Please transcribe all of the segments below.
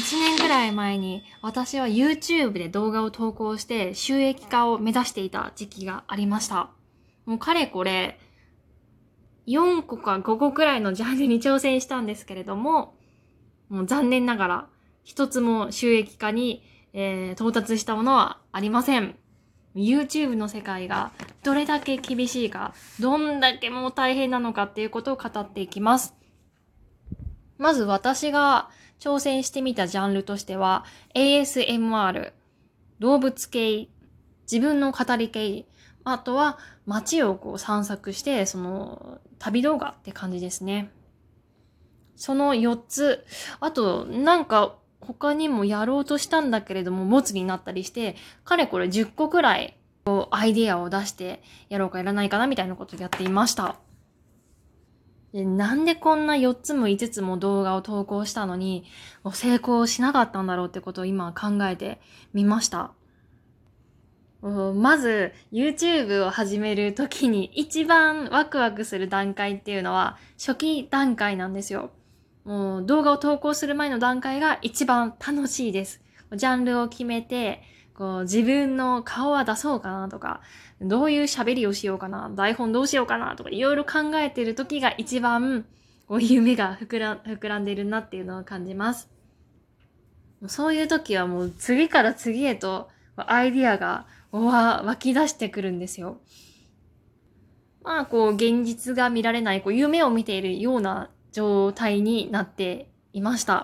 1年くらい前に私は YouTube で動画を投稿して収益化を目指していた時期がありました。もうかれこれ4個か5個くらいのジャンルに挑戦したんですけれども、もう残念ながら一つも収益化に、到達したものはありません。YouTube の世界がどれだけ厳しいか、どんだけもう大変なのかっていうことを語っていきます。まず私が挑戦してみたジャンルとしては ASMR、動物系、自分の語り系、あとは街を散策してその旅動画って感じですね。その4つ、あとなんか他にもやろうとしたんだけれどもボツになったりして、かれこれ10個くらいアイデアを出してやろうかやらないかなみたいなことをやっていました。で、なんでこんな4つも5つも動画を投稿したのに成功しなかったんだろうってことを今考えてみました。まず YouTube を始めるときに一番ワクワクする段階っていうのは初期段階なんですよ。もう動画を投稿する前の段階が一番楽しいです。ジャンルを決めて自分の顔は出そうかなとか、どういう喋りをしようかな、台本どうしようかなとかいろいろ考えてる時が一番夢が膨らんでるなっていうのを感じます。そういう時はもう次から次へとアイディアが湧き出してくるんですよ。現実が見られない、夢を見ているような状態になっていました。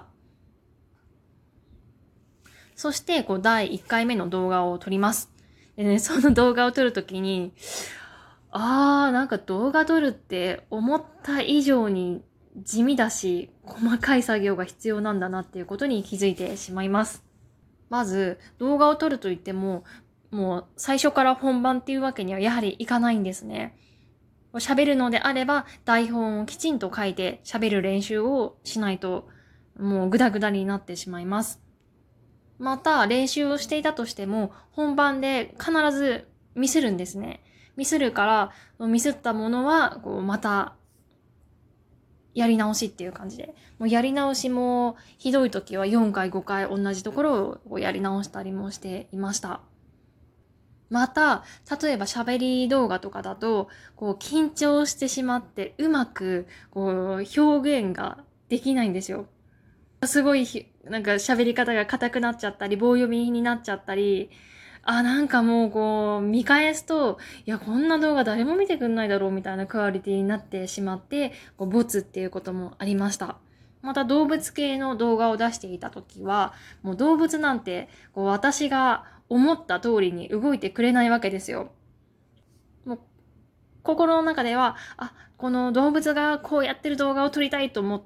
そして、第1回目の動画を撮ります。でね、その動画を撮るときに、なんか動画撮るって思った以上に地味だし、細かい作業が必要なんだなっていうことに気づいてしまいます。まず、動画を撮るといっても、もう最初から本番っていうわけにはやはりいかないんですね。喋るのであれば台本をきちんと書いて喋る練習をしないともうグダグダになってしまいます。また練習をしていたとしても本番で必ずミスるんですね。ミスるからミスったものはまたやり直しっていう感じで、もうやり直しもひどい時は4回5回同じところをやり直したりもしていました。また、例えば喋り動画とかだと、緊張してしまって、うまく、表現ができないんですよ。すごい、なんか喋り方が硬くなっちゃったり、棒読みになっちゃったり、なんかもう見返すと、いや、こんな動画誰も見てくんないだろうみたいなクオリティになってしまって、ボツっていうこともありました。また動物系の動画を出していた時は、もう動物なんて、私が思った通りに動いてくれないわけですよ。もう心の中では、この動物がこうやってる動画を撮りたいと思って、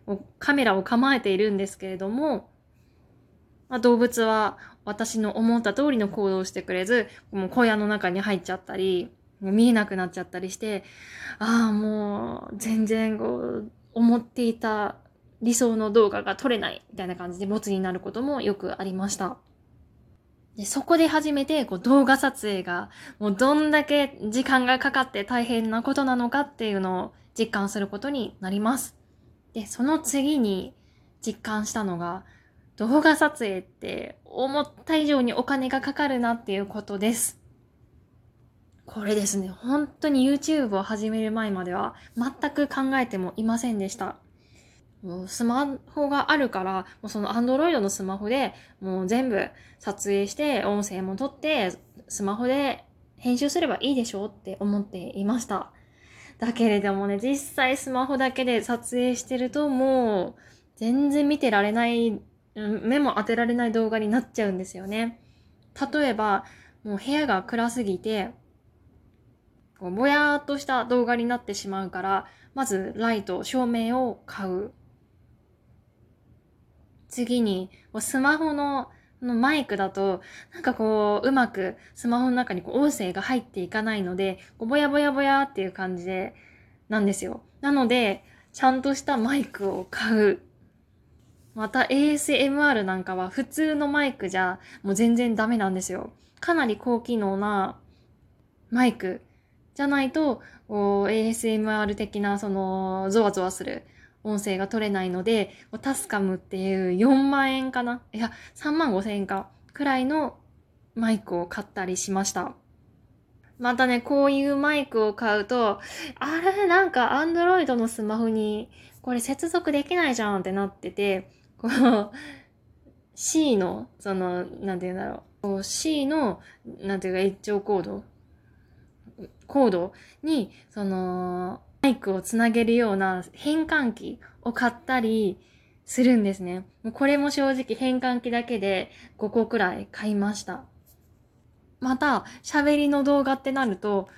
カメラを構えているんですけれども、動物は私の思った通りの行動をしてくれず、もう小屋の中に入っちゃったり、もう見えなくなっちゃったりして、もう全然思っていた理想の動画が撮れないみたいな感じでボツになることもよくありました。でそこで初めて動画撮影がもうどんだけ時間がかかって大変なことなのかっていうのを実感することになります。で、その次に実感したのが動画撮影って思った以上にお金がかかるなっていうことです。これですね、本当に YouTube を始める前までは全く考えてもいませんでした。もうスマホがあるから、もうその Android のスマホでもう全部撮影して音声も撮ってスマホで編集すればいいでしょって思っていました。だけれどもね、実際スマホだけで撮影してるともう全然見てられない、目も当てられない動画になっちゃうんですよね。例えば、もう部屋が暗すぎて、ぼやーっとした動画になってしまうから、まずライト、照明を買う。次に、スマホのマイクだと、なんかうまくスマホの中に音声が入っていかないので、ぼやぼやぼやっていう感じで、なんですよ。なので、ちゃんとしたマイクを買う。また ASMR なんかは普通のマイクじゃもう全然ダメなんですよ。かなり高機能なマイクじゃないと、ASMR 的なゾワゾワする音声が取れないので、タスカムっていう4万円かな、いや、3万5千円かくらいのマイクを買ったりしました。またね、こういうマイクを買うと、あれなんか Android のスマホにこれ接続できないじゃんってなってて、この C の、なんていうんだろう。C の、なんていうか、延長コードに、マイクをつなげるような変換器を買ったりするんですね。これも正直変換器だけで5個くらい買いました。また、喋りの動画ってなると、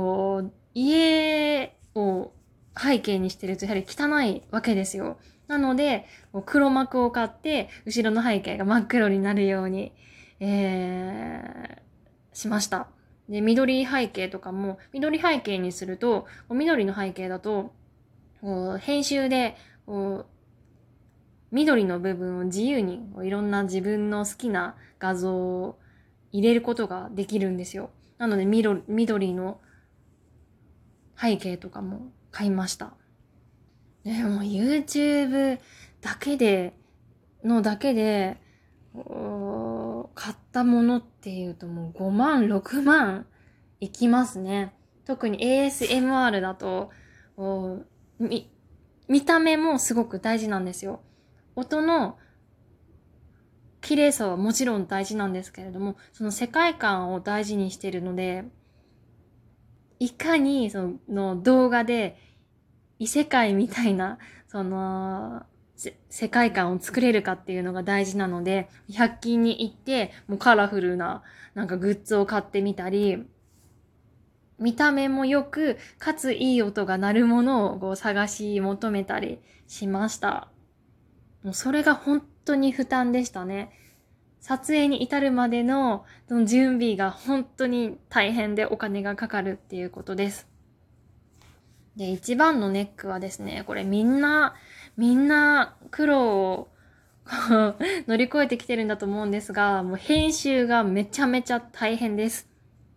家を背景にしてるとやはり汚いわけですよ。なので、黒幕を買って、後ろの背景が真っ黒になるように、しました。で、緑背景とかも、緑背景にすると、緑の背景だと、編集で、緑の部分を自由にいろんな自分の好きな画像を入れることができるんですよ。なので緑の背景とかも買いました。でも YouTube だけで買ったものっていうともう5万、6万いきますね。特に ASMR だと見た目もすごく大事なんですよ。音の綺麗さはもちろん大事なんですけれども、その世界観を大事にしているので、いかにその動画で異世界みたいな、世界観を作れるかっていうのが大事なので、100均に行って、もうカラフルななんかグッズを買ってみたり、見た目も良く、かついい音が鳴るものをこう探し求めたりしました。もうそれが本当に負担でしたね。撮影に至るまでのその準備が本当に大変でお金がかかるっていうことです。で、一番のネックはですね、これみんな苦労を乗り越えてきてるんだと思うんですが、もう編集がめちゃめちゃ大変です。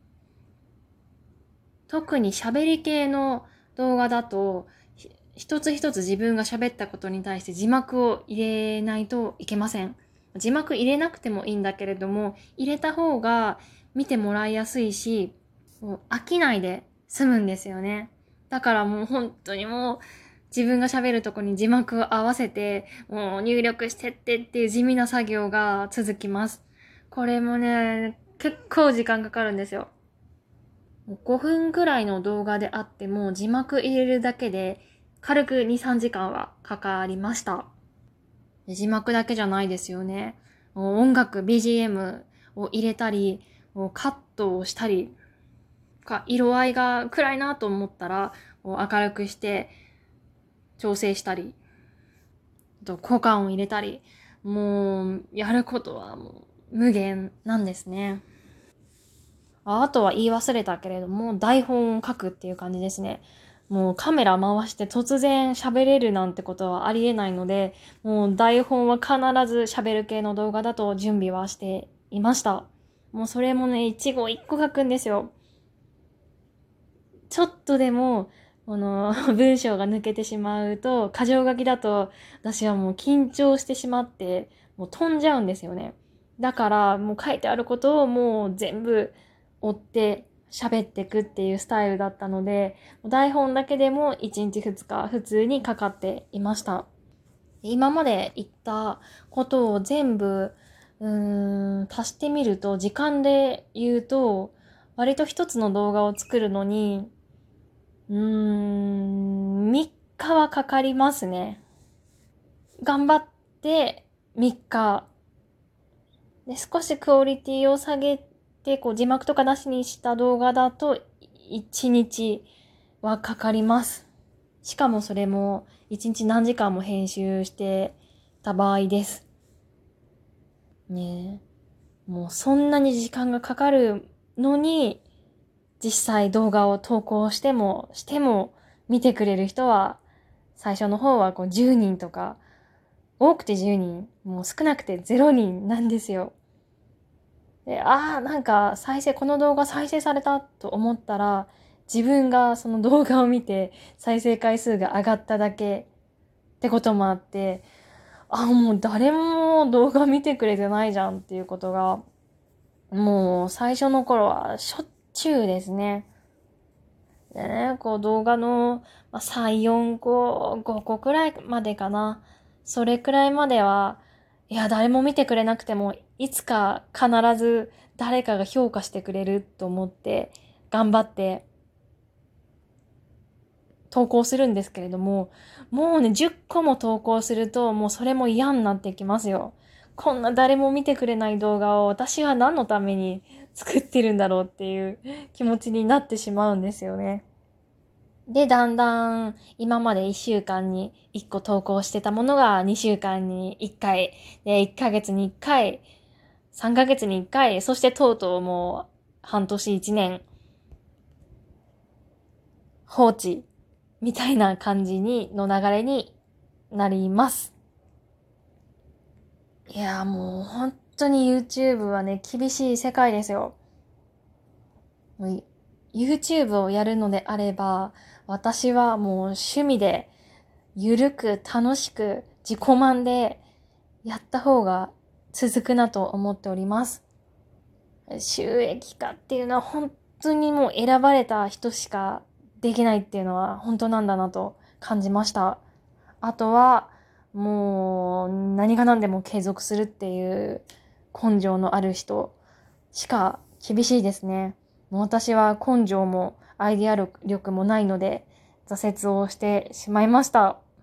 特に喋り系の動画だと、一つ一つ自分が喋ったことに対して字幕を入れないといけません。字幕入れなくてもいいんだけれども、入れた方が見てもらいやすいし、飽きないで済むんですよね。だからもう本当にもう自分が喋るとこに字幕を合わせて、もう入力してっていう地味な作業が続きます。これもね、結構時間かかるんですよ。5分くらいの動画であっても字幕入れるだけで軽く2、3時間はかかりました。字幕だけじゃないですよね。音楽、BGM を入れたり、カットをしたり、色合いが暗いなと思ったら明るくして調整したり、効果音入れたり、もうやることはもう無限なんですね。あとは言い忘れたけれども、台本を書くっていう感じですね。もうカメラ回して突然喋れるなんてことはありえないので、もう台本は必ず喋る系の動画だと準備はしていました。もうそれもね、一語一個書くんですよ。ちょっとでも、文章が抜けてしまうと、箇条書きだと、私はもう緊張してしまって、もう飛んじゃうんですよね。だから、もう書いてあることをもう全部追って喋っていくっていうスタイルだったので、台本だけでも1日2日普通にかかっていました。今まで言ったことを全部、足してみると、時間で言うと、割と一つの動画を作るのに、3日はかかりますね。頑張って3日。で、少しクオリティを下げて、字幕とかなしにした動画だと1日はかかります。しかもそれも1日何時間も編集してた場合です。ねえ。もうそんなに時間がかかるのに、実際動画を投稿しても見てくれる人は最初の方は10人とか、多くて10人、もう少なくて0人なんですよ。で、なんかこの動画再生されたと思ったら、自分がその動画を見て再生回数が上がっただけってこともあって、もう誰も動画見てくれてないじゃんっていうことが、もう最初の頃はしょっちゅうですね。でね、こう動画の3、4個、5個くらいまでかな。それくらいまでは、いや、誰も見てくれなくても、いつか必ず誰かが評価してくれると思って、頑張って投稿するんですけれども、もうね、10個も投稿すると、もうそれも嫌になってきますよ。こんな誰も見てくれない動画を私は何のために作ってるんだろうっていう気持ちになってしまうんですよね。で、だんだん今まで1週間に1個投稿してたものが2週間に1回、で、1ヶ月に1回、3ヶ月に1回、そしてとうとうもう半年1年放置みたいな感じの流れになります。いや、もう本当に YouTube はね、厳しい世界ですよ。YouTube をやるのであれば、私はもう趣味で、ゆるく楽しく自己満でやった方が続くなと思っております。収益化っていうのは本当にもう選ばれた人しかできないっていうのは本当なんだなと感じました。あとは、もう何が何でも継続するっていう根性のある人しか厳しいですね。もう私は根性もアイデア力もないので挫折をしてしまいました。